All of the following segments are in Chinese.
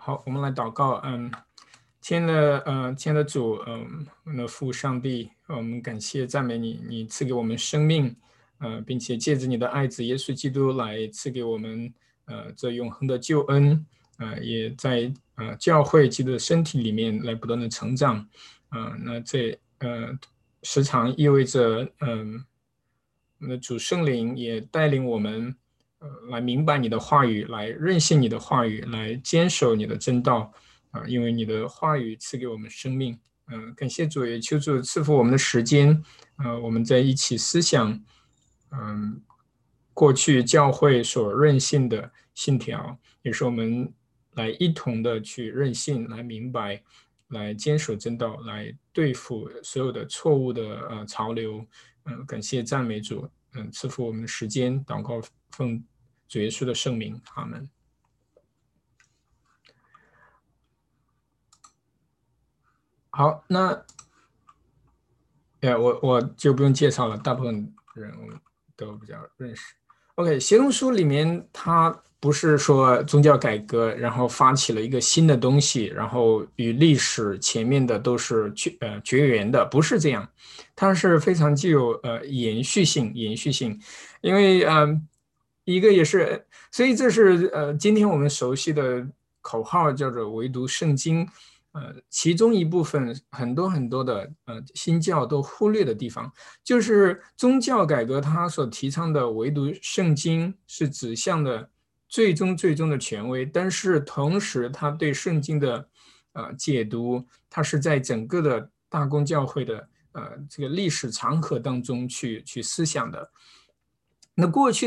好，我们来祷告。亲爱的主，我们的父上帝，我们感谢赞美你，你赐给我们生命，并且借着你的爱子耶稣基督来赐给我们，这永恒的救恩，也在教会基督的身体里面来不断的成长，那这时常意味着，我们的主圣灵也带领我们。来明白你的话语，来任性你的话语，来坚守你的真道因为你的话语赐给我们生命。感谢主，也求主赐福我们的时间。我们在一起思想，过去教会所任性的信条，也是我们来一同的去任性，来明白，来坚守真道，来对付所有的错误的潮流。感谢赞美主。赐福我们的时间，祷告奉主耶稣的圣名，阿门。好，那我就不用介绍了，大部分人都比较认识。OK，协同书里面它不是说宗教改革，然后发起了一个新的东西，然后与历史前面的都是绝缘的，不是这样，它是非常具有延续性，因为一个也是，所以这是今天我们熟悉的口号叫做唯独圣经。其中一部分很多的新教都忽略的地方，就是宗教改革它所提倡的唯独圣经是指向的最终的权威，但是同时它对圣经的解读，它是在整个的大公教会的这个历史长河当中去思想的。那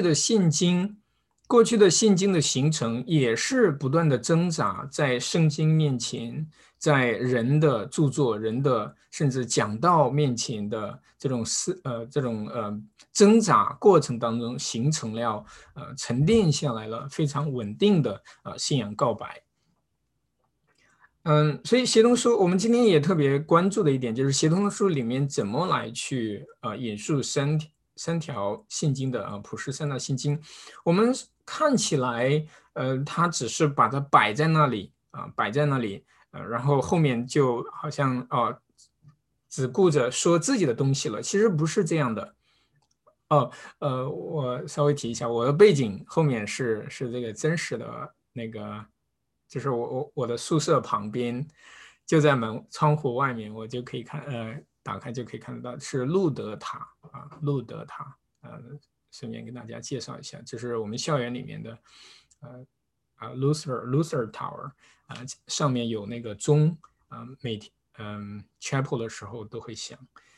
过去的信经的形成也是不断的挣扎，在圣经面前，在人的著作、人的甚至讲道面前的这种挣扎过程当中，形成了沉淀下来了非常稳定的信仰告白。所以协同书，我们今天也特别关注的一点就是协同书里面怎么来去引述三条信经的普世三大信经。我们看起来，他只是把它摆在那里然后后面就好像只顾着说自己的东西了，其实不是这样的。我稍微提一下，我的背景后面是这个真实的那个，就是我的宿舍旁边，就在窗户外面，我就可以打开就可以看得到是路德塔路德塔，顺便跟大家介绍一下，就是我们校园里面的Luther Tower 上面有那个钟每天chapel 的时候都会响，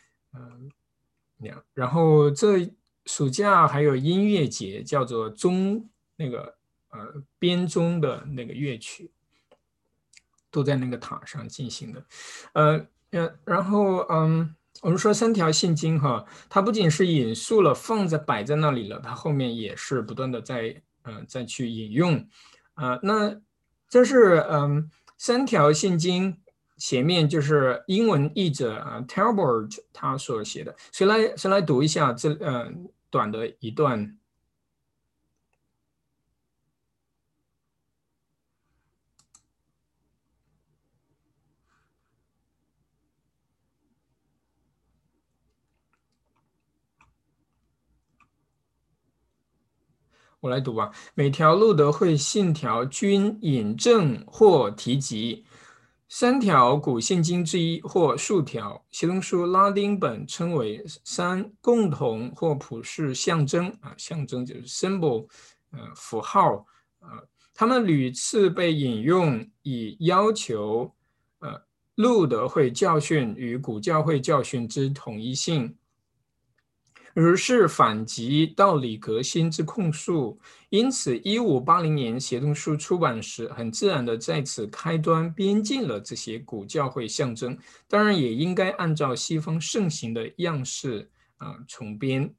然后这暑假还有音乐节，叫做那个编钟的那个乐曲，都在那个塔上进行的。然后我们说三条信经哈，它不仅是引述了摆在那里了，它后面也是不断的再去引用。那这是三条信经前面就是英文译者Talbot 他所写的，谁来读一下这短的一段？我来读吧。每条路德会信条均引证或提及三条古现经之一或数条。协同书拉丁本称为三共同或普世象征象征就是 symbol，符号，他们屡次被引用，以要求路德会教训与古教会教训之统一性。如是反击道理革新之控诉，因此1580年协同书出版时，很自然的在此开端编进了这些古教会象征，当然也应该按照西方盛行的样式重编。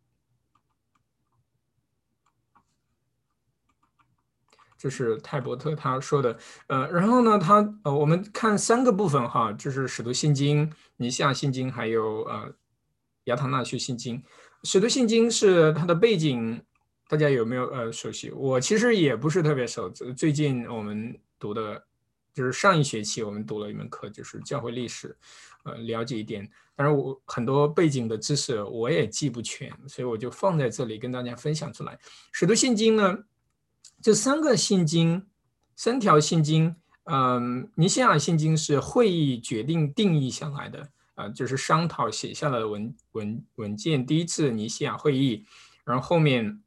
这是泰伯特他说的，然后呢，我们看三个部分哈，就是使徒信经、尼西亚信经，还有亚塔纳去信经。使徒信经是它的背景，大家有没有熟悉？我其实也不是特别熟，最近我们读的就是上一学期我们读了一门课，就是教会历史，了解一点。当然，我很多背景的知识我也记不全，所以我就放在这里跟大家分享出来。使徒信经呢，这三个信经，三条信经，尼西亚信经是会议决定定义下来的，就是商讨写下来的文件。第一次尼西亚会议，然后后面，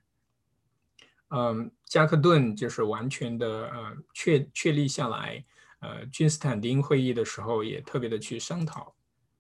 加克顿就是完全的确立下来。君士坦丁会议的时候也特别的去商讨。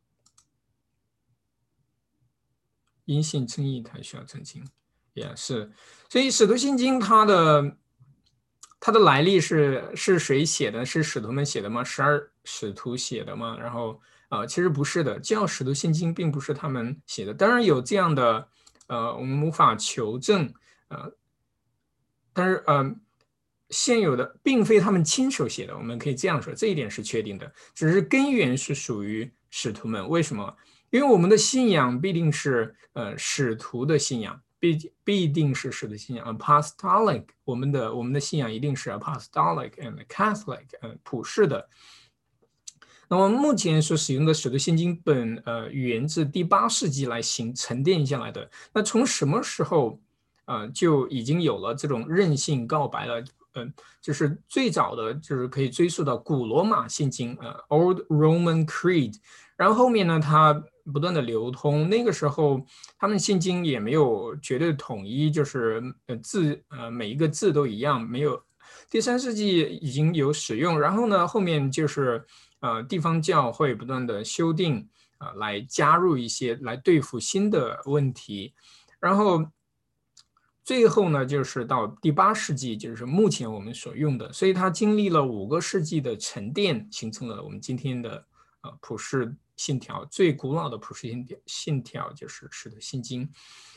因信称义，才需要澄清，也是。所以《使徒信经》它的来历是谁写的？是使徒们写的吗？12使徒写的吗？然后其实不是的，叫《使徒信经》并不是他们写的。当然有这样的我们无法求证但是现有的并非他们亲手写的，我们可以这样说，这一点是确定的。只是根源是属于使徒们，为什么？因为我们的信仰必定是使徒的信仰，必定是使徒信仰 apostolic，我们的信仰一定是 apostolic and Catholic，普世的。那么目前所使用的使徒信经本源自第8世纪来沉淀下来的。那从什么时候就已经有了这种任性告白了？就是最早的就是可以追溯到古罗马信经Old Roman Creed， 然后后面呢，它不断的流通。那个时候他们信经也没有绝对统一，就是每一个字都一样，没有。第3世纪已经有使用，然后呢，后面就是地方教会不断的修订来加入一些来对付新的问题，然后最后呢，就是到第8世纪，就是目前我们所用的，所以它经历了5个世纪的沉淀，形成了我们今天的普世信条。最古老的普世信条就是使徒信经，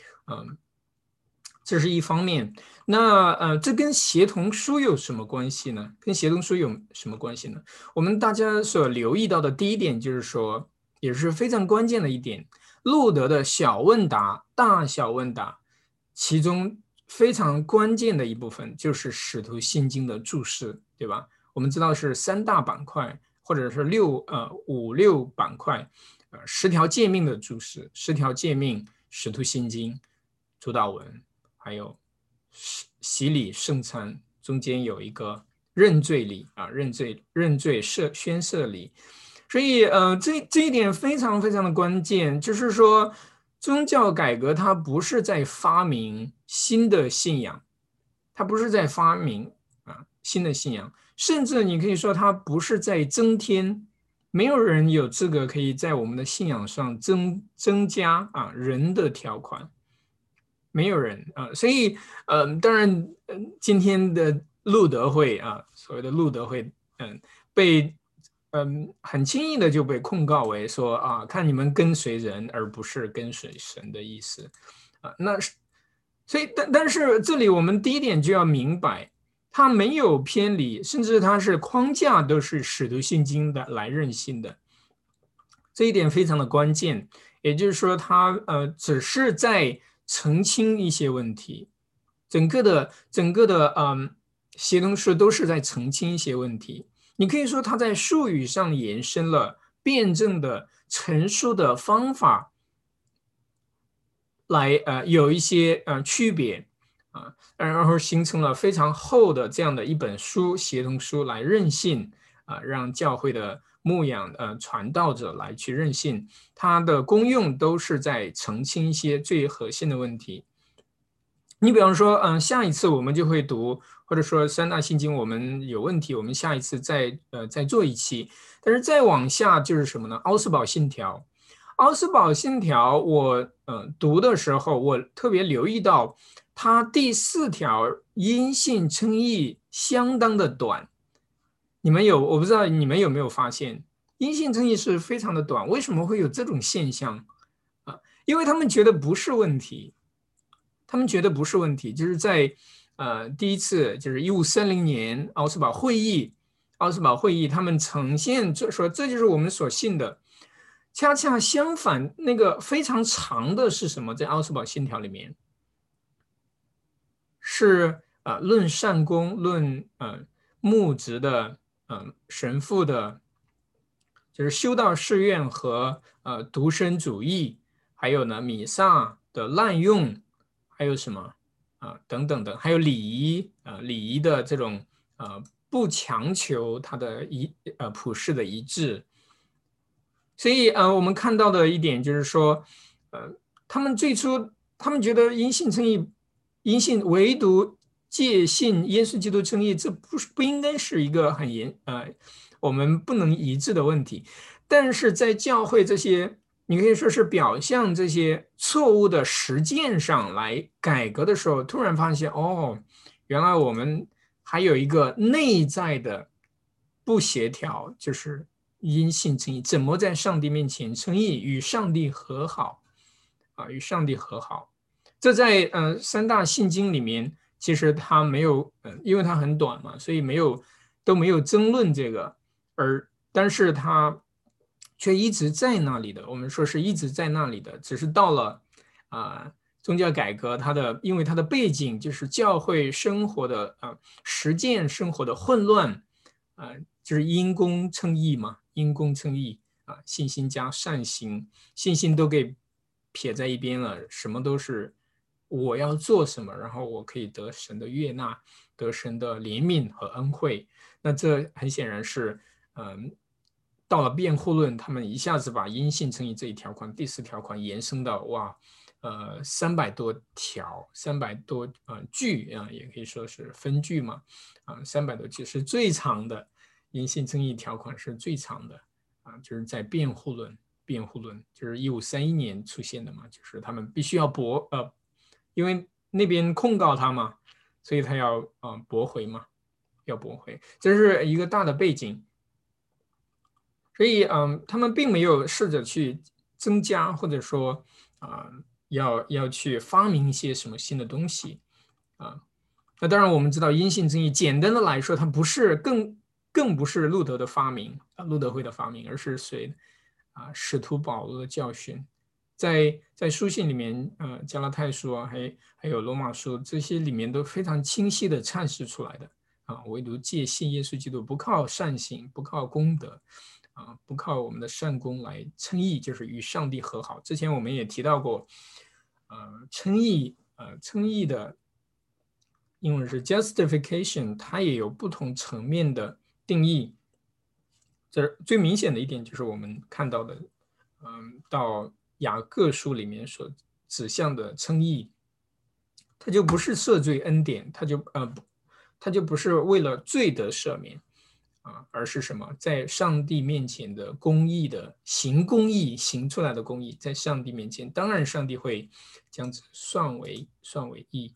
这是一方面。那这跟协同书有什么关系呢？跟协同书有什么关系呢？我们大家所留意到的第一点就是说，也是非常关键的一点，路德的小问答、大小问答。其中非常关键的一部分就是使徒信经的注释，对吧？我们知道是3大板块，或者是5、6板块，10条诫命的注释，10条诫命、使徒信经、主祷文，还有洗礼圣餐，中间有一个认罪礼认罪宣赦礼。所以这一点非常非常的关键，就是说宗教改革它不是在发明新的信仰，它不是在发明新的信仰，甚至你可以说它不是在增添，没有人有资格可以在我们的信仰上增加人的条款，没有人所以当然今天的路德会所谓的路德会被很轻易的就被控告为说看你们跟随人而不是跟随神的意思那所以但是这里我们第一点就要明白，它没有偏离，甚至它是框架都是使徒信经的来任性的，这一点非常的关键。也就是说，它只是在澄清一些问题，整个的协同书都是在澄清一些问题。你可以说它在术语上延伸了辩证的陈述的方法，来有一些区别然后形成了非常厚的这样的一本书协同书来任性让教会的牧养传道者来去任性，它的功用都是在澄清一些最核心的问题。你比方说，下一次我们就会读，或者说3大信经我们有问题，我们下一次再做一期。但是再往下就是什么呢？奥斯堡信条。奥斯堡信条我读的时候，我特别留意到它第4条因信称义相当的短。我不知道你们有没有发现，因信称义是非常的短，为什么会有这种现象因为他们觉得不是问题。他们觉得不是问题，就是在第一次就是1530年奥斯堡会议，他们呈现说这就是我们所信的。恰恰相反，那个非常长的是什么？在奥斯堡信条里面是论善功、论牧职的神父的，就是修道士院和独身主义，还有呢弥撒的滥用，还有什么等等的，还有礼仪的这种不强求它的普世的一致。所以我们看到的一点就是说，呃，他们最初他们觉得因信称义，因信唯独借信耶稣基督称义，这不应该是一个我们不能一致的问题。但是在教会这些，你可以说是表象这些错误的实践上来改革的时候，突然发现哦，原来我们还有一个内在的不协调，就是因信称义，怎么在上帝面前称义，与上帝和好与上帝和好。这在三大信经里面，其实它没有，因为它很短嘛，所以都没有争论这个，但是它却一直在那里的。我们说是一直在那里的，只是到了宗教改革，因为它的背景就是教会生活的实践生活的混乱，就是因公称义嘛，因公称义信心加善行，信心都给撇在一边了，什么都是我要做什么，然后我可以得神的悦纳，得神的怜悯和恩惠。那这很显然是，到了辩护论，他们一下子把因信称义这一条款，第4条款延伸到300多条，300多句也可以说是分句嘛，300多句是最长的，因信称义条款是最长的就是在辩护论就是1531年出现的嘛，就是他们必须要因为那边控告他嘛，所以他要驳回嘛，要驳回，这是一个大的背景。所以他们并没有试着去增加，或者说要去发明一些什么新的东西那当然我们知道因信称义，简单的来说，它更不是路德的发明路德会的发明，而是谁使徒保罗的教训。在书信里面，加拉太书还有罗马书这些里面都非常清晰的阐释出来的唯独借信耶稣基督，不靠善行，不靠功德不靠我们的善功来称义，就是与上帝和好。之前我们也提到过，称义的英文是 justification， 它也有不同层面的定义。这最明显的一点就是我们看到的，到雅各书里面所指向的称义，它就不是赦罪恩典，它就不是为了罪得赦免而是什么？在上帝面前的公义的公义行出来的公义，在上帝面前，当然上帝会将之算为义。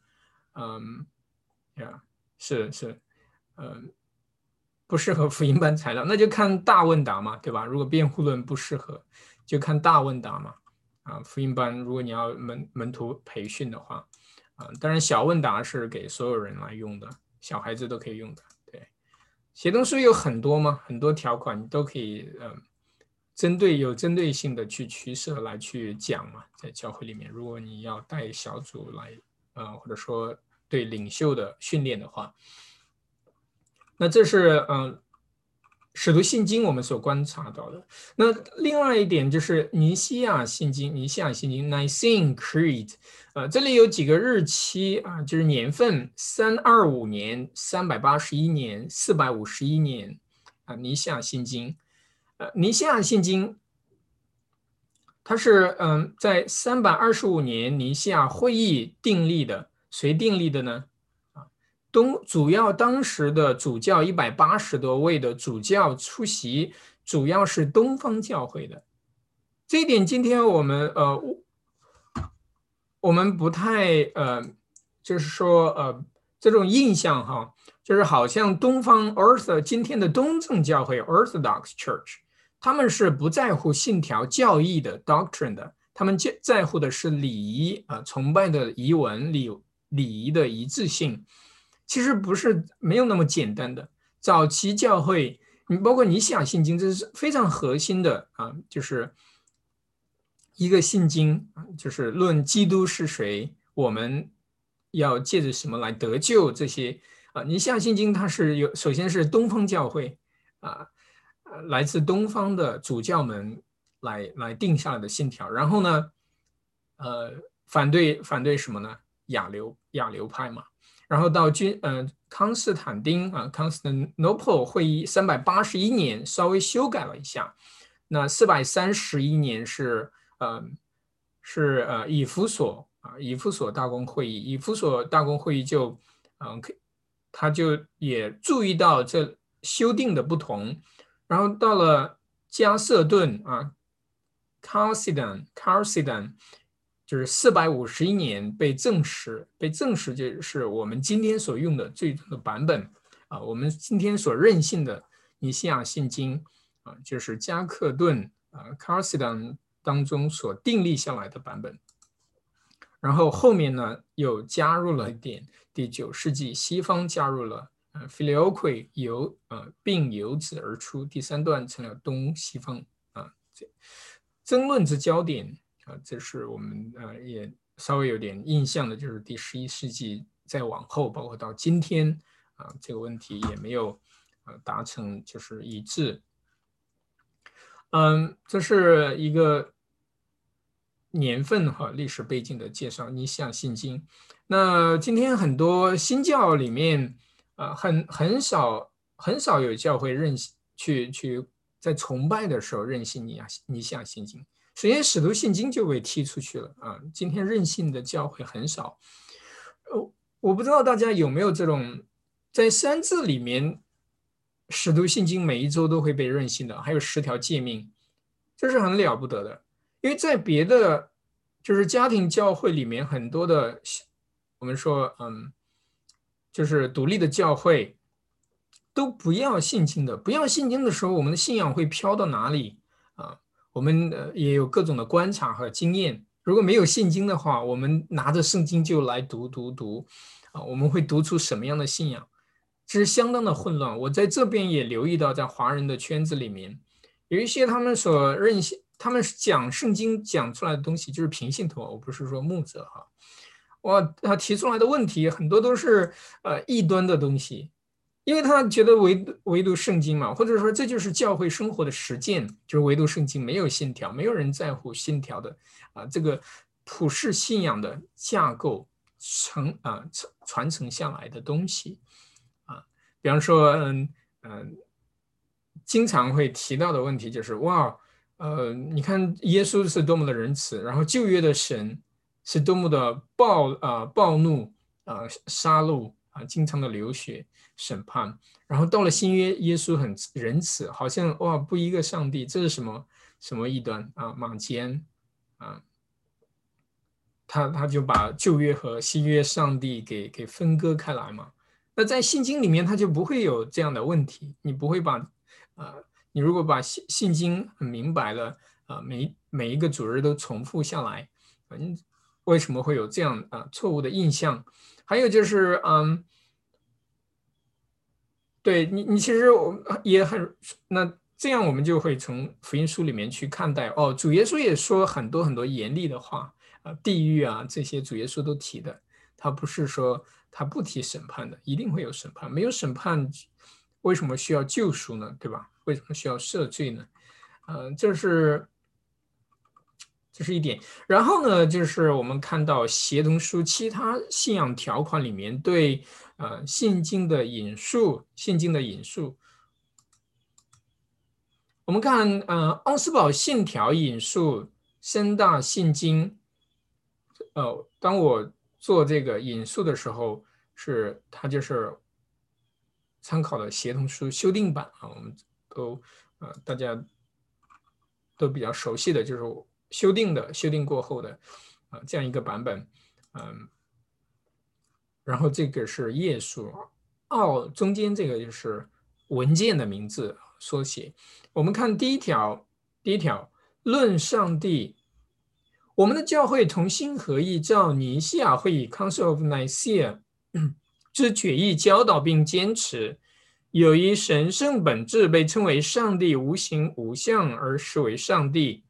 是，不适合福音班材料，那就看大问答嘛，对吧？如果辩护论不适合，就看大问答嘛。福音班如果你要门徒培训的话，当然小问答是给所有人来用的，小孩子都可以用的。对，协同书有很多嘛，很多条款你都可以有针对性的去取舍来去讲嘛，在教会里面，如果你要带小组来或者说对领袖的训练的话，那这是使徒信经我们所观察到的。那另外一点就是尼西亚信经 Nicene Creed，这里有几个日期就是年份：325年、381年、451年尼西亚信经。尼西亚信经，它是在325年尼西亚会议订立的，谁订立的呢？主要当时的主教180多位的主教出席，主要是东方教会的。这一点今天我们不太就是说这种印象就是好像东方今天的东正教会 Orthodox Church， 他们是不在乎信条教义的 doctrine 的，他们在乎的是礼仪崇拜的仪文礼仪的一致性。其实不是没有那么简单的。早期教会，你包括尼西亚信经，这是非常核心的就是一个信经就是论基督是谁，我们要借着什么来得救这些尼西亚信经，它是首先是东方教会啊、来自东方的主教们来定下来的信条。然后呢，反对什么呢？亚流派嘛。然后到康斯坦丁Constantinople 会议381年稍微修改了一下。那431年是以弗所大公会议，以弗所大公会议他就也注意到这修订的不同，然后到了加瑟顿Chalcedon就是451年被证实就是我们今天所用的最终的版本我们今天所认信的尼西亚信经就是加克顿Chalcedon 当中所订立下来的版本。然后后面呢又加入了一点，第9世纪西方加入了Filioque 并由此而出，第3段成了东西方争论之焦点这是我们也稍微有点印象的，就是第11世纪再往后，包括到今天这个问题也没有达成就是一致。这是一个年份和历史背景的介绍，尼西亚信经。那今天很多新教里面很少有教会去在崇拜的时候认信尼西亚信经。首先使徒信经就被踢出去了今天认信的教会很少。我不知道大家有没有这种在三字里面使徒信经每一周都会被认信的，还有10条诫命，这是很了不得的。因为在别的就是家庭教会里面，很多的我们说就是独立的教会都不要信经的。不要信经的时候，我们的信仰会飘到哪里我们也有各种的观察和经验。如果没有信经的话，我们拿着圣经就来读我们会读出什么样的信仰？这是相当的混乱。我在这边也留意到，在华人的圈子里面，有一些他们讲圣经讲出来的东西就是平信徒，我不是说牧者他提出来的问题很多都是异端的东西，因为他觉得唯独圣经嘛，或者说这就是教会生活的实践，就是唯独圣经没有信条，没有人在乎信条的这个普世信仰的架构传承下来的东西比方说经常会提到的问题就是你看耶稣是多么的仁慈，然后旧约的神是多么的暴怒杀戮经常的流血审判，然后到了新约，耶稣很仁慈，好像不一个上帝，这是什么异端马基恩他就把旧约和新约上帝给分割开来嘛。那在信经里面，他就不会有这样的问题，你不会把你如果把信经很明白了每一个主日都重复下来为什么会有这样错误的印象？还有就是对你其实也那这样我们就会从福音书里面去看待主耶稣也说很多很多严厉的话地狱这些主耶稣都提的，他不是说他不提审判的，一定会有审判，没有审判为什么需要救赎呢？对吧？为什么需要赦罪呢？这是一点。然后呢，就是我们看到协同书其他信仰条款里面对信经的引述，我们看奥斯堡信条引述三大信经当我做这个引述的时候，它就是参考了协同书修订版我们大家都比较熟悉的就是修订过后的这样一个版本然后这个是页数中间这个就是文件的名字缩写。我们看第一条论上帝，我们的教会同心合意，照尼西亚会议 Council of Nicaea 之决议教导并坚持，有一神圣本质被称为上帝无形无相而视为上帝。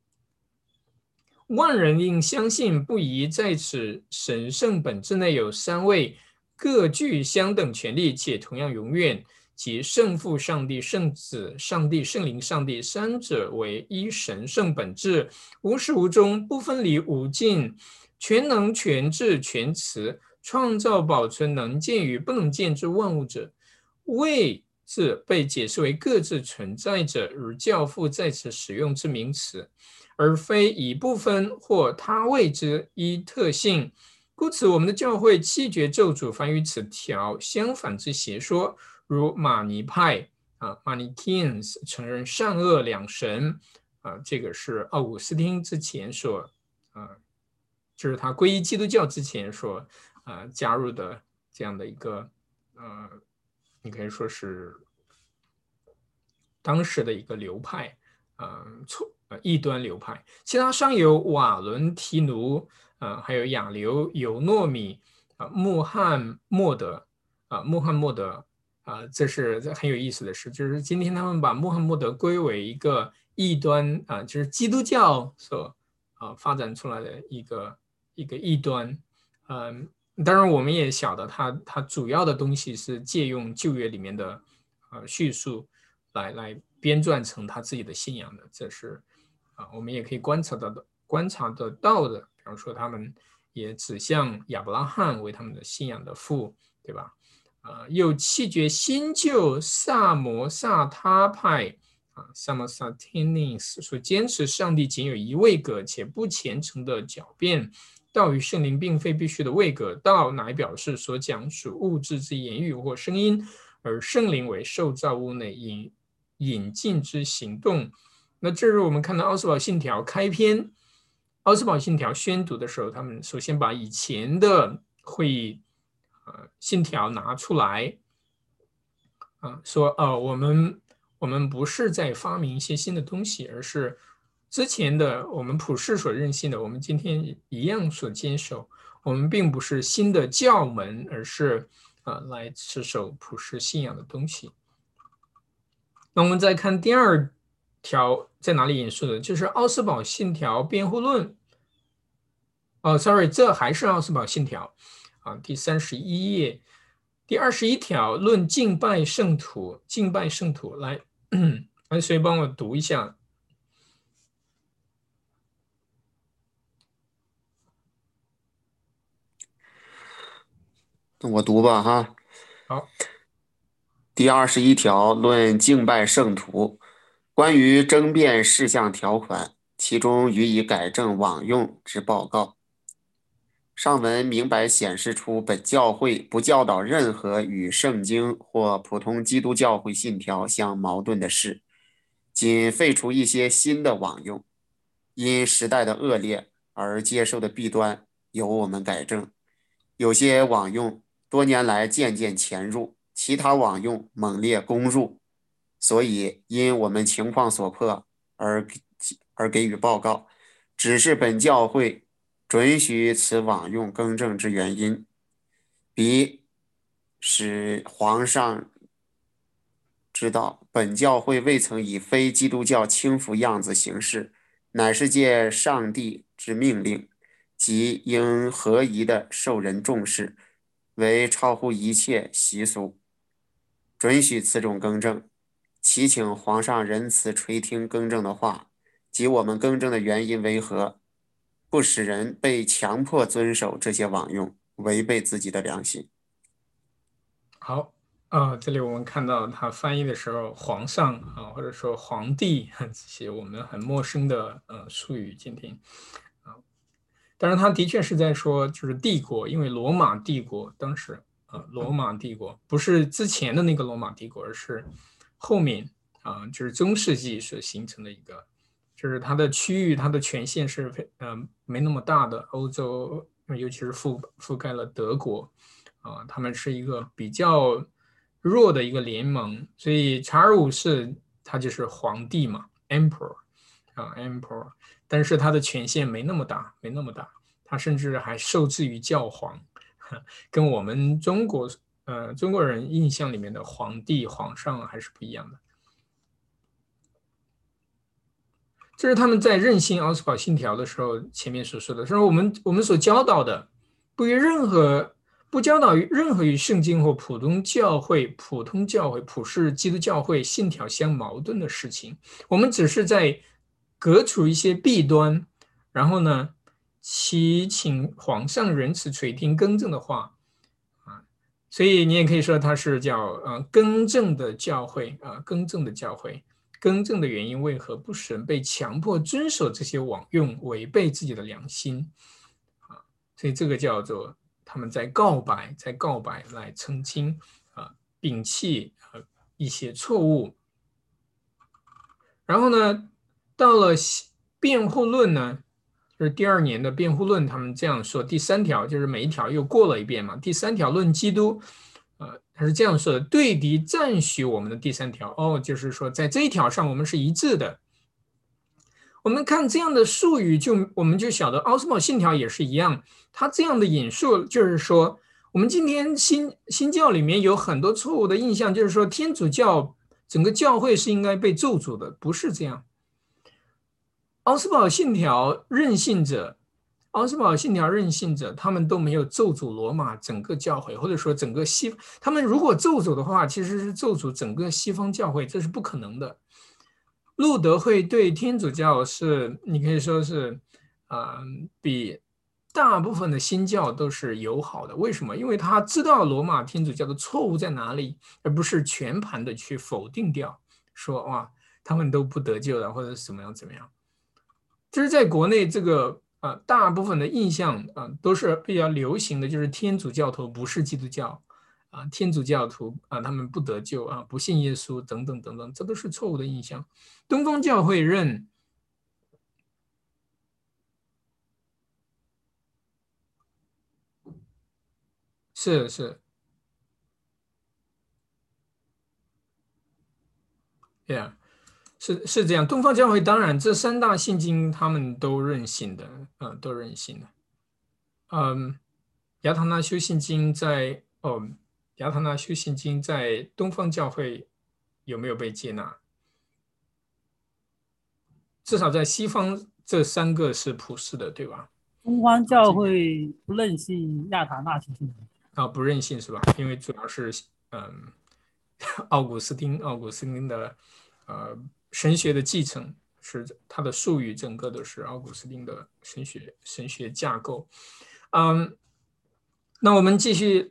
万人应相信不疑，在此神圣本质内有3位，各具相等权利且同样永远， 即圣父上帝、圣子上帝、圣灵上帝三者为一神圣本质，无始无终，不分离无尽，全能全智全慈，创造保存能见与不能见之万物者。为字被解释为各自存在者，如教父在此使用之名词，而非以部分或他谓之一特性。故此，我们的教会弃绝咒诅凡与此条相反之邪说，如马尼派（Manichaeans） 承认善恶两神这个是奥古斯丁之前所就是他皈依基督教之前所加入的这样的一个你可以说是当时的一个流派异端流派。其他尚有瓦伦提奴还有亚流尤诺米穆罕默德这是很有意思的事，就是今天他们把穆罕默德归为一个异端就是基督教所发展出来的一个异端。当然我们也晓得它主要的东西是借用旧约里面的叙述来编撰成他自己的信仰的，这是我们也可以观察得到的。比方说他们也指向亚伯拉罕为他们的信仰的父，对吧？又弃绝新旧萨摩萨他派Samosatenes 所坚持上帝仅有一位格且不虔诚的狡辩，道与圣灵并非必须的位格，道乃表示所讲属物质之言语或声音，而圣灵为受造物内引进之行动。那这是我们看到奥斯堡信条开篇，奥斯堡信条宣读的时候，他们首先把以前的会议信条拿出来说我们不是在发明一些新的东西，而是之前的我们普世所认信的，我们今天一样所坚守。我们并不是新的教门，而是来持守普世信仰的东西。那我们再看第二条在哪里引述的，就是奥斯堡信条辩护论。sorry， 这还是奥斯堡信条第31页第21条，论敬拜圣徒。敬拜圣徒，来谁帮我读一下？ 我读吧哈。 好， 第21条论敬拜圣徒，关于争辩事项条款，其中予以改正枉用之报告。上文明白显示出本教会不教导任何与圣经或普通基督教会信条相矛盾的事，仅废除一些新的枉用，因时代的恶劣而接受的弊端由我们改正。有些枉用多年来渐渐潜入，其他枉用猛烈攻入，所以因我们情况所迫而给予报告，只是本教会准许此枉用更正之原因，彼使皇上知道本教会未曾以非基督教轻浮样子行事，乃是借上帝之命令，即应合宜的受人重视，为超乎一切习俗，准许此种更正。祈请皇上仁慈垂听更正的话，及我们更正的原因为何，不使人被强迫遵守这些枉用，违背自己的良心。 好这里我们看到他翻译的时候，皇上或者说皇帝这些我们很陌生的术语，今天但是他的确是在说就是帝国，因为罗马帝国当时罗马帝国不是之前的那个罗马帝国，而是后面就是中世纪所形成的一个，就是它的区域它的权限是没那么大的。欧洲尤其是覆盖了德国他们是一个比较弱的一个联盟，所以查尔五世他就是皇帝嘛，emperor emperor，但是他的权限没那么大，他甚至还受制于教皇，跟我们中国人印象里面的皇帝皇上还是不一样的。这是他们在任性奥斯堡信条的时候前面所说的，说我们所教导的不与任何不教导任何与圣经或普世基督教会信条相矛盾的事情。我们只是在革除一些弊端，然后呢，祈请皇上仁慈垂听更正的话啊。所以你也可以说它是叫更正的教会啊，更正的教会。更正的原因为何不使人被强迫遵守这些枉用，违背自己的良心啊？所以这个叫做他们在告白，来澄清啊，摒弃一些错误。然后呢，到了辩护论呢，就是第2年的辩护论，他们这样说。第3条就是每一条又过了一遍嘛。第3条论基督，他是这样说的：对敌赞许我们的第3条，就是说在这一条上我们是一致的。我们看这样的术语我们就晓得奥斯堡信条也是一样。他这样的引述就是说，我们今天新教里面有很多错误的印象，就是说天主教整个教会是应该被咒诅的，不是这样。奥斯堡信条任性者，他们都没有咒诅罗马整个教会，或者说整个他们如果咒诅的话，其实是咒诅整个西方教会，这是不可能的。路德会对天主教你可以说是，比大部分的新教都是友好的。为什么？因为他知道罗马天主教的错误在哪里，而不是全盘的去否定掉，说哇，他们都不得救了，或者怎么样。就是在国内这个大部分的印象都是比较流行的，就是天主教徒不是基督教天主教徒他们不得救不信耶稣等等等等，这都是错误的印象。东方教会认是，Yeah，是这样。东方教会当然这3大信经他们都认信的，都认信的。亚唐那修信经亚唐那修信经在东方教会有没有被接纳？至少在西方这3个是普世的，对吧？ 东方教会不认信亚塔纳修信不认信是吧？因为主要是奥古斯丁的神学的继承，是他的术语整个都是奥古斯丁的神学架构。那我们继续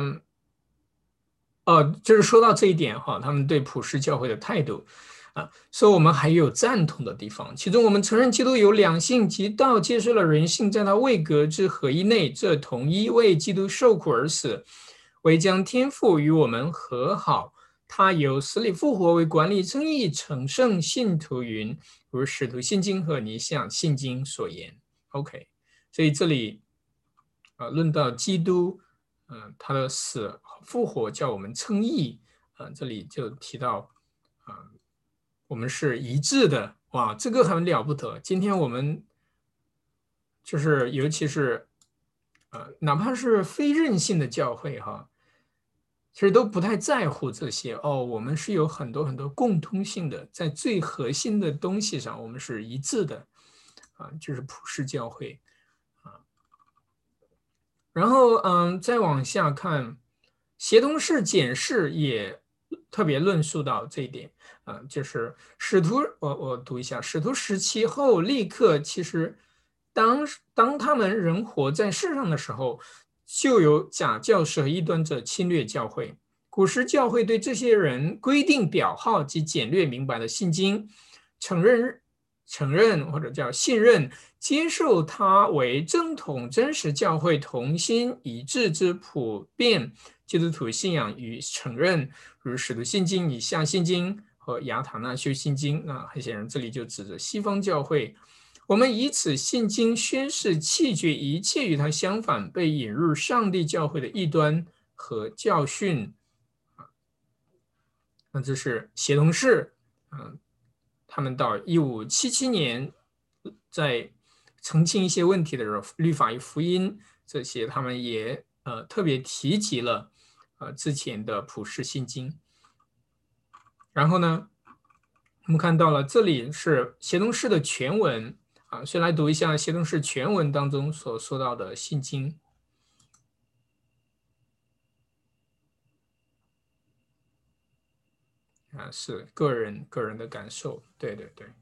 就是说到这一点哈，他们对普世教会的态度所以我们还有赞同的地方。其中我们承认基督有两性，即道接受了人性，在他位格之合一内，这同一为基督受苦而死，为将天父与我们和好。他由死里复活为管理称义成圣信徒云，如使徒信经和尼向信经所言。OK， 所以这里论到基督他的死复活叫我们称义这里就提到我们是一致的。哇，这个很了不得。今天我们就是尤其是哪怕是非任性的教会哈，其实都不太在乎这些我们是有很多很多共通性的，在最核心的东西上我们是一致的就是普世教会然后再往下看，协同式检视也特别论述到这一点就是使徒，我读一下，使徒时期后立刻，其实当他们仍活在世上的时候，就有假教师和异端者侵略教会。古时教会对这些人规定表号及简略明白的信经，承认或者叫信任，接受它为正统真实教会同心一致之普遍基督徒信仰与承认，如使徒信经、以下信经和亚塔那修信经。那很显然，这里就指着西方教会。我们以此信经宣誓弃绝一切与它相反、被引入上帝教会的异端和教训。那这是协同式，他们到1577年在澄清一些问题的时候，律法与福音这些，他们也特别提及了之前的普世信经。然后呢，我们看到了这里是协同式的全文先来读一下协同式全文当中所说到的信经。 是个人的感受，对对对。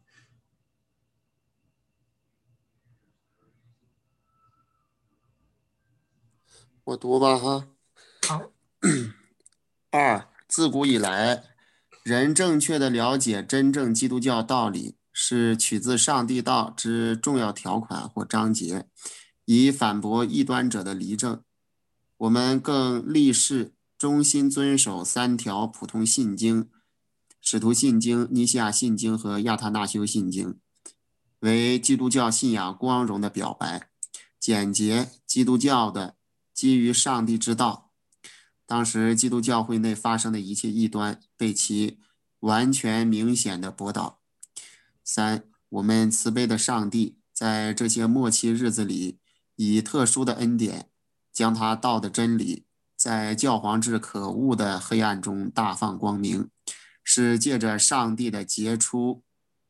我读吧哈。 好， 二，自古以来，人正确的了解真正基督教道理，是取自上帝道之重要条款或章节，以反驳异端者的离证。我们更立誓忠心遵守3条普通信经：使徒信经、尼西亚信经和亚他那修信经，为基督教信仰光荣的表白，简洁基督教的基于上帝之道。当时基督教会内发生的一切异端被其完全明显的驳倒。3，我们慈悲的上帝在这些末期日子里，以特殊的恩典，将他道的真理在教皇制可恶的黑暗中大放光明，是借着上帝的杰出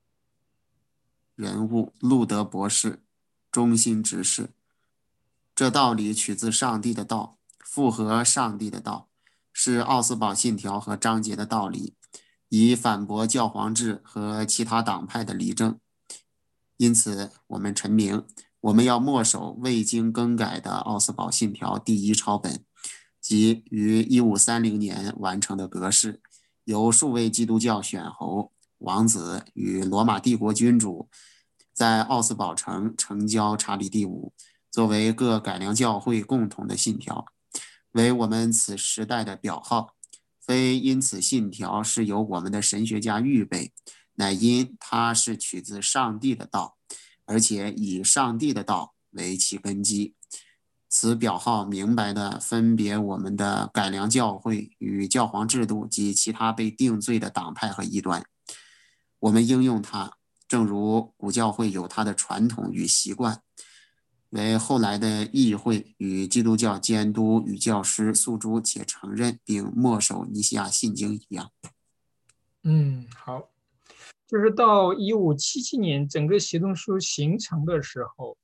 人物路德博士忠心执事。这道理取自上帝的道，符合上帝的道，是奥斯堡信条和章节的道理，以反驳教皇制和其他党派的理证。因此，我们陈明，我们要默守未经更改的奥斯堡信条第1抄本，即于1530年完成的格式，由数位基督教选侯、王子与罗马帝国君主在奥斯堡城呈交查理第5，作为各改良教会共同的信条，为我们此时代的表号。非因此信条是由我们的神学家预备，乃因它是取自上帝的道，而且以上帝的道为其根基。此表号明白地分别我们的改良教会与教皇制度及其他被定罪的党派和异端。我们应用它，正如古教会有它的传统与习惯，为后来的议会与基督教监督与教师诉诸且承认并默守尼西亚信经一样。 好，就是到1577年整个协同书形成的时候，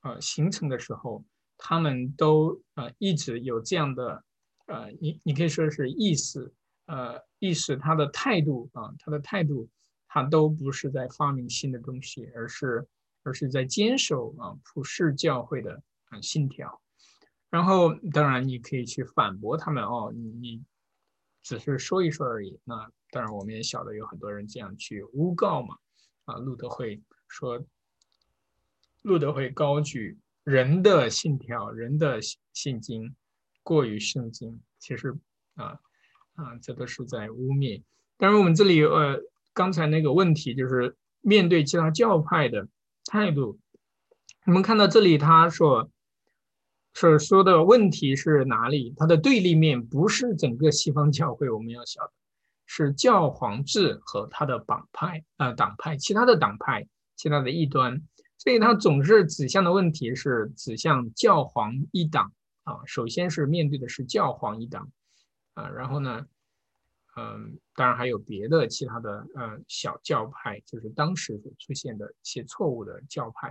他们都一直有这样的你可以说是意识他的态度他都不是在发明新的东西，而是在坚守普世教会的信条。然后当然你可以去反驳他们你只是说一说而已。那当然我们也晓得有很多人这样去诬告嘛。路德会高举人的信条、人的信经过于圣经，其实这都是在污蔑。当然我们这里刚才那个问题就是面对其他教派的态度，我们看到这里他所说的问题是哪里？它的对立面不是整个西方教会，我们要晓得是教皇制和他的党派、其他的党派、其他的异端，所以他总是指向的问题是指向教皇一党首先是面对的是教皇一党然后呢，当然还有别的其他的小教派，就是当时所出现的一些错误的教派。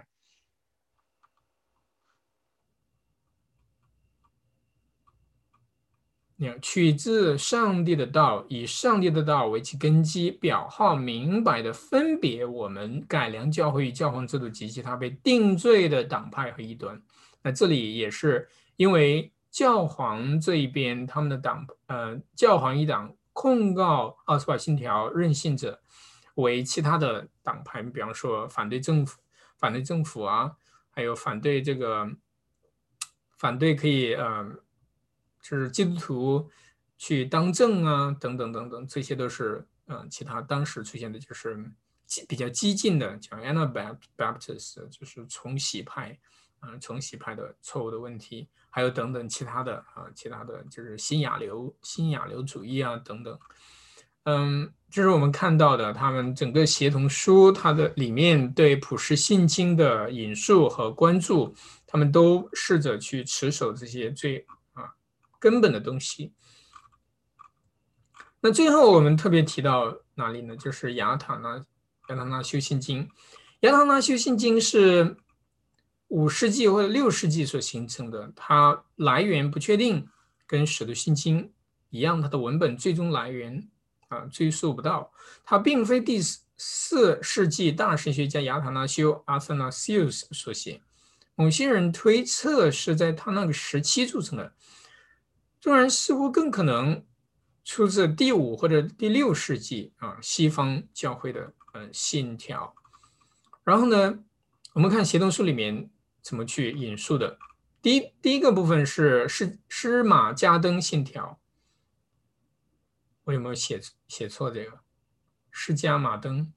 取自上帝的道，以上帝的道为其根基，表号明白的分别我们改良教会与教皇制度及其他被定罪的党派和异端。那这里也是因为教皇这一边，他们的教皇一党控告奥斯堡信条任性者为其他的党派，比方说反对政府还有反对可以就是基督徒去当政等等等等，这些都是其他当时出现的就是比较激进的，叫 Anabaptist， 就是重洗派的错误的问题，还有等等其他的就是新亚流主义等等。就是我们看到的，他们整个协同书它的里面对普世信经的引述和关注，他们都试着去持守这些最根本的东西。那最后我们特别提到哪里呢？就是亚塔那修信经。亚塔那修信经是5世纪或者6世纪所形成的，它来源不确定，跟使徒信经一样，它的文本最终来源追溯不到。它并非第4世纪大神学家亚塔纳修 Athanasius 所写，某些人推测是在他那个时期铸成的。众人似乎更可能出自第5或者第6世纪西方教会的信条。然后呢，我们看协同书里面怎么去引述的。第一个部分是施马加登信条，我有没有写错这个？施加马登，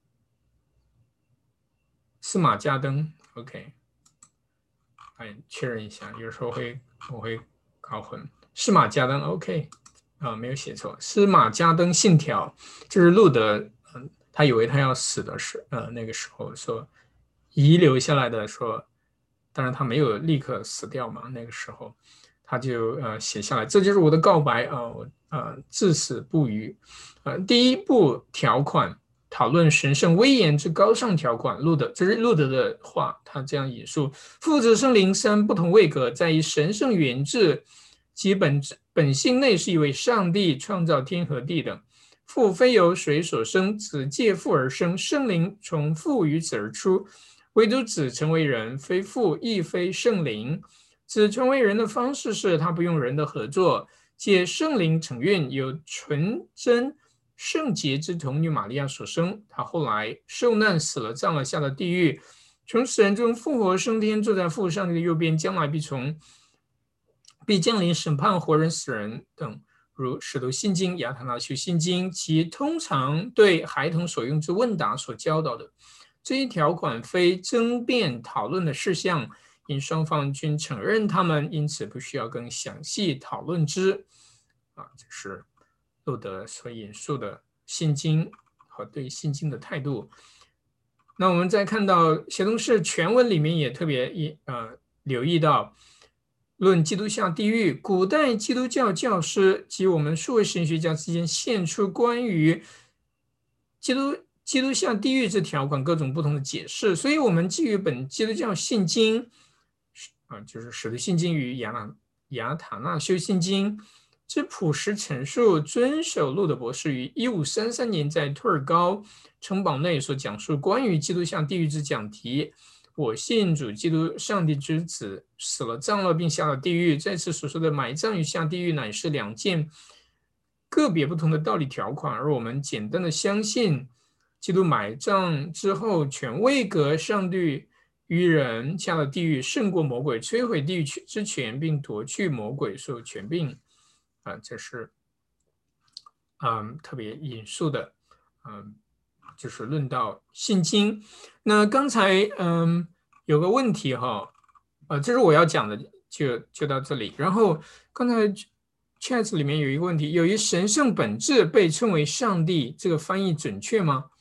司马加登 ，OK， 确认一下，有时候我会搞混。司马加登 ，OK， 没有写错。司马加登信条就是路德，他以为他要死的那个时候说遗留下来的说，当然他没有立刻死掉嘛，那个时候他就写下来，这就是我的告白我至死不渝。第一部条款讨论神圣威严之高尚条款，这是路德的话，他这样引述：父子圣灵3不同位格，在于神圣原质及本性内是一位上帝创造天和地的。父非由水所生，子借父而生，圣灵从父与子而出，唯独子成为人，非父亦非圣灵。子成为人的方式是他不用人的合作，借圣灵承运，由纯真圣洁之童女玛利亚所生。他后来受难死了，葬了，下了地狱，从死人中复活升天，坐在父上帝的右边，将来必降临审判活人死人等。如使徒信经、亚塔纳修信经及通常对孩童所用之问答所教导的。这一条款非争辩讨论的事项，因双方均承认他们，因此不需要更详细讨论之。这是路德所引述的信经和对信经的态度。那我们再看到协同式全文里面也特别留意到，论基督下地狱，古代基督教教师及我们数位神学家之间献出关于基督下地狱这条款各种不同的解释，所以我们基于本基督教信经就是使徒信经与亚塔纳修信经之朴实陈述，遵守路德博士于1533年在托尔高城堡内所讲述关于基督下地狱之讲题。我信主基督上帝之子，死了葬了并下了地狱。在此所说的埋葬与下地狱乃是2件个别不同的道理条款，而我们简单的相信基督埋葬之后全位格上帝于人，下了地狱，胜过魔鬼，摧毁地狱之权，并夺去魔鬼所有权柄。这是特别引述的就是论到信经。那刚才有个问题这是我要讲的，就到这里。然后刚才 chat 里面有一个问题，由于神圣本质被称为上帝，这个翻译准确吗？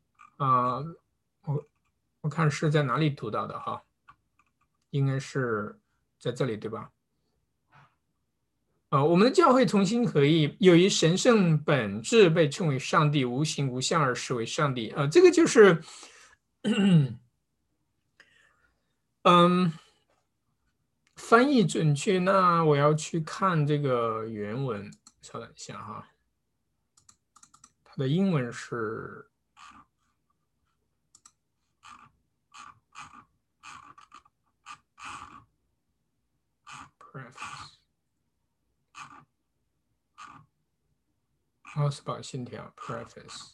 我看是在哪里读到的应该是在这里对吧？我们的教会同心合意，由于神圣本质被称为上帝，无形无相而视为上帝。这个就是翻译准确，那我要去看这个原文，稍等一下它的英文是奥斯堡信条 Preface。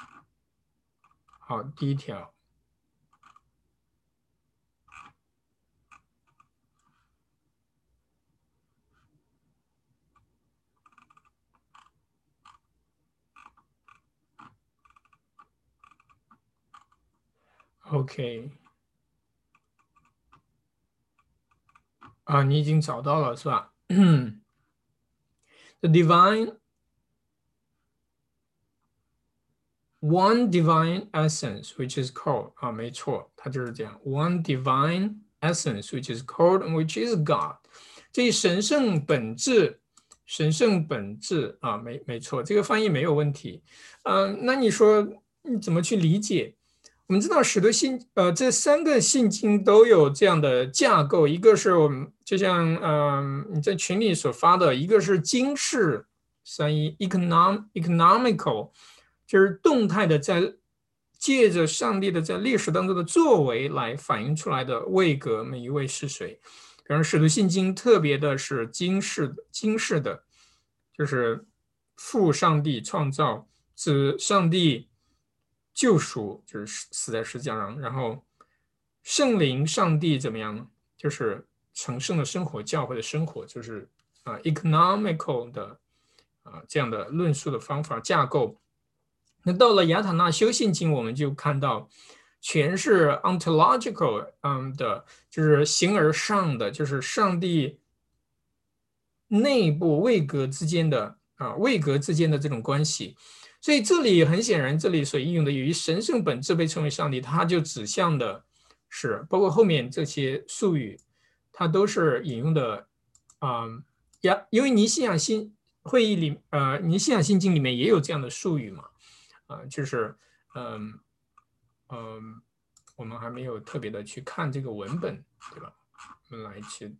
好，第一条。OK， 你已经找到了是吧？The one divine essence, which is called 没错，它就是这样 one divine essence, which is called and which is God。这神圣本质没错，这个翻译没有问题。那你说你怎么去理解？我们知道使徒信这3个信经都有这样的架构，一个是我们就像你在群里所发的，一个是经世 economical，就是动态的借着上帝的在历史当中的作为来反映出来的位格，每一位是谁。比方使徒信经特别的是经世的，就是父上帝创造，子上帝救赎，就是死在十字架上，然后圣灵上帝怎么样呢？就是成圣的生活，教会的生活，就是economical 的这样的论述的方法架构。那到了亚塔那修信经，我们就看到全是 ontological 的，就是形而上的，就是上帝内部位格之间的这种关系。所以这里很显然，这里所应用的由于神圣本质被称为上帝，它就指向的是包括后面这些术语，它都是引用的因为尼西亚信会议里尼西亚信经里面也有这样的术语嘛。就是我们还没有特别的去看这个文本，对吧？我们来去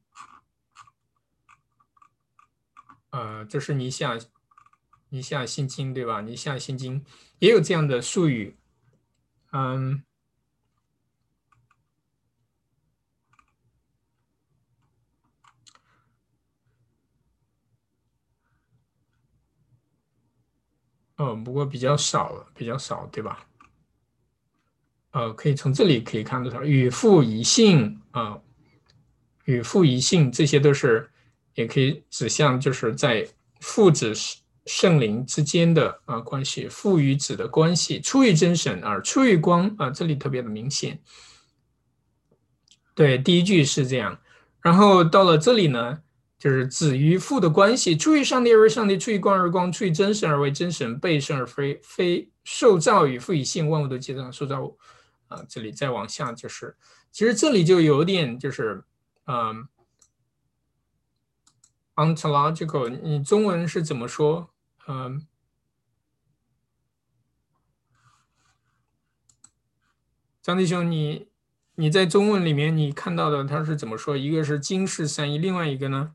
这是尼西亚信经，对吧？尼西亚信经也有这样的术语，不过比较少了，对吧？可以从这里可以看得到，与父一性与父一性，这些都是也可以指向就是在父子圣灵之间的关系，父与子的关系，出于真神而出于光这里特别的明显。对，第一句是这样，然后到了这里呢，就是子与父的关系，出于上帝而为上帝，出于光而光，出于真神而为真神，被生而非受造与父以性，万物都皆上受造物。这里再往下就是，其实这里就有点就是ontological， 你中文是怎么说？张弟兄，你在中文里面你看到的他是怎么说？一个是经世三一，另外一个呢？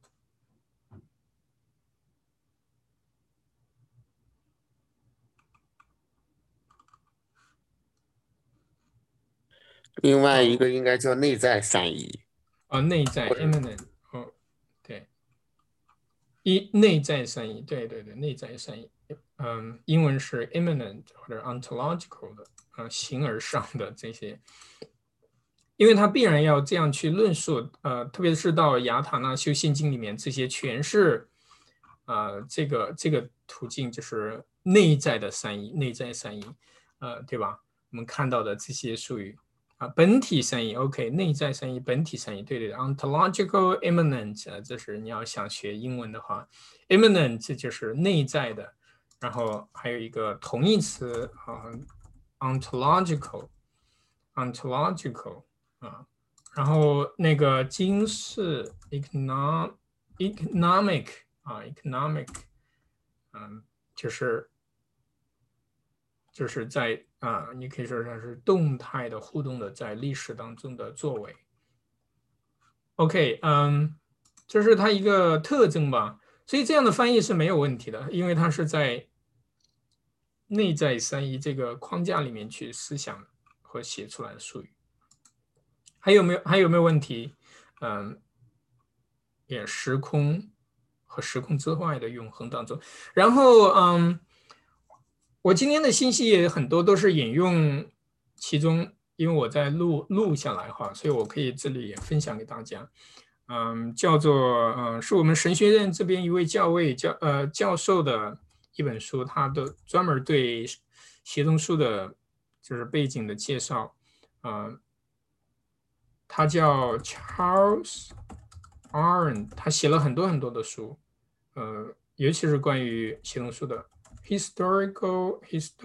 另外一个应该叫内在三一。 内在 immanent， 对，内在三一，对，内在三一，英文是 immanent 或者 ontological 的，形而上的这些，因为它必然要这样去论述，特别是到亚塔那修信经里面，这些全是这个途径就是内在的三一，对吧？我们看到的这些术语。本体三一 ，OK， 内在三一，本体三一，对，ontological immanent，这是你要想学英文的话 ，immanent 就是内在的，然后还有一个同义词ontological 然后那个经世 economic 就是在你可以说它是动态的互动的，在历史当中的作为。OK，这是它一个特征吧，所以这样的翻译是没有问题的，因为它是在内在三一这个框架里面去思想和写出来的术语。还有没有问题？也时空和时空之外的永恒当中，然后我今天的信息也很多都是引用其中，因为我在录下来哈，所以我可以这里也分享给大家。叫做是我们神学院这边一位教授的一本书，他的专门对协同书的就是背景的介绍。他叫 Charles Aaron， 他写了很多的书，尤其是关于协同书的。Historical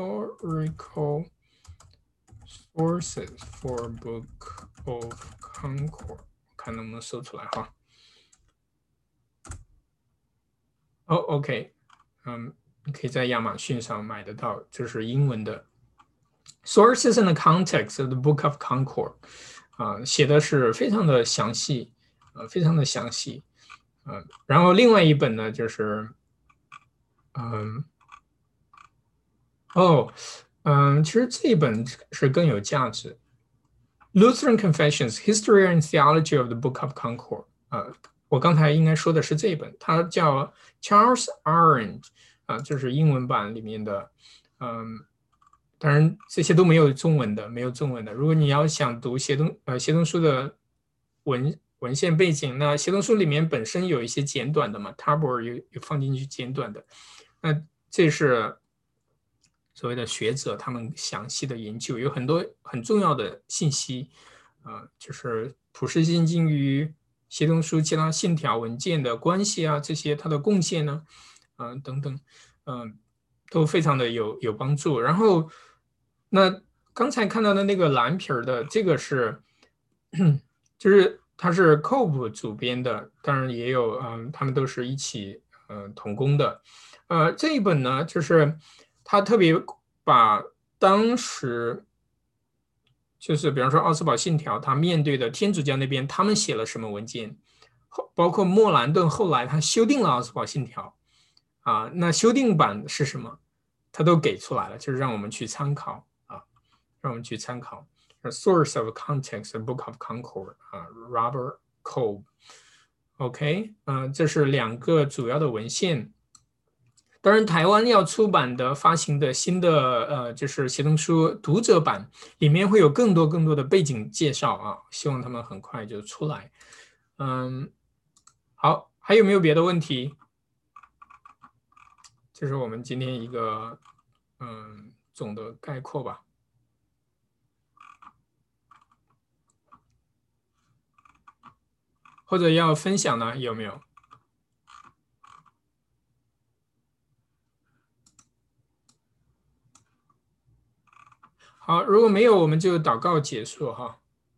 sources for Book of Concord， 看能不能搜出来哈。OK， 你可以在亚马逊上买得到，这是英文的 Sources and the Context of the Book of Concord， 写的是非常的详细，然后另外一本呢就是其实这一本是更有价值。Lutheran Confessions: History and Theology of the Book of Concord。我刚才应该说的是这一本，它叫 Charles Orange 这是英文版里面的。当然这些都没有中文的，没有中文的。如果你要想读协同书的文献背景，那协同书里面本身有一些简短的嘛 ，Tabor 有放进去简短的。那这是所谓的学者他们详细的研究，有很多很重要的信息，就是普世信经与协同书其他信条文件的关系啊，这些它的贡献呢，等等，都非常的有帮助。然后，那刚才看到的那个蓝皮儿的，这个是，就是它是 Cobb 主编的，当然也有，他们都是一起，同工的。这一本呢，就是他特别把当时就是比方说奥斯堡信条，他面对的天主教那边，他们写了什么文件，包括莫兰顿后来他修订了奥斯堡信条那修订版是什么，他都给出来了，就是让我们去参考让我们去参考。Source of Context: The Book of Concord Robert Cobb。OK，这是两个主要的文献。当然，台湾要出版的发行的新的就是协同书读者版，里面会有更多的背景介绍希望他们很快就出来。好，还有没有别的问题？这是我们今天一个总的概括吧。或者要分享呢？有没有？好，如果没有，我们就祷告结束哈。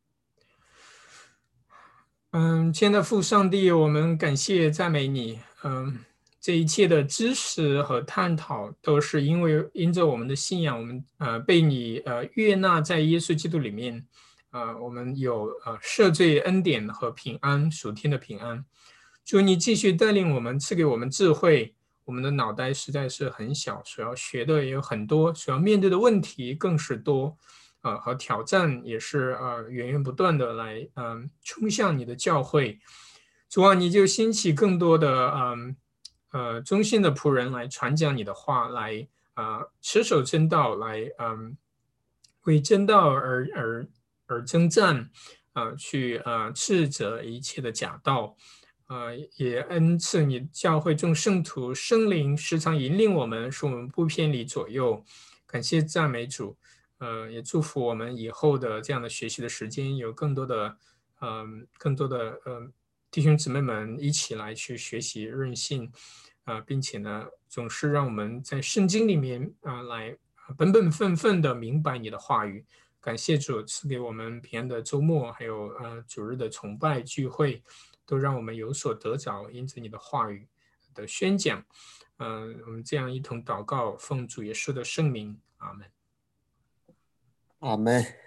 亲爱的父上帝，我们感谢赞美你。这一切的知识和探讨都是因着我们的信仰，我们被你悦纳在耶稣基督里面。我们有赦罪恩典和平安，属天的平安。主，你继续带领我们，赐给我们智慧。我们的脑袋实在是很小，所要学的也有很多，所要面对的问题更是多。和挑战也是源源不断的来冲向你的教会。主啊，你就兴起更多的忠心的仆人来传讲你的话，来持守真道，来为真道而征战，去斥责一切的假道。也恩赐你教会众圣徒圣灵时常引领我们，使我们不偏离左右。感谢赞美主。也祝福我们以后的这样的学习的时间，有更多的弟兄姊妹们一起来去学习任性，并且呢，总是让我们在圣经里面来本分的明白你的话语。感谢主赐给我们平安的周末，还有主日的崇拜聚会，都让我们有所得着，因着你的话语的宣讲。我们这样一同祷告，奉主耶稣的圣名，阿门。 阿门。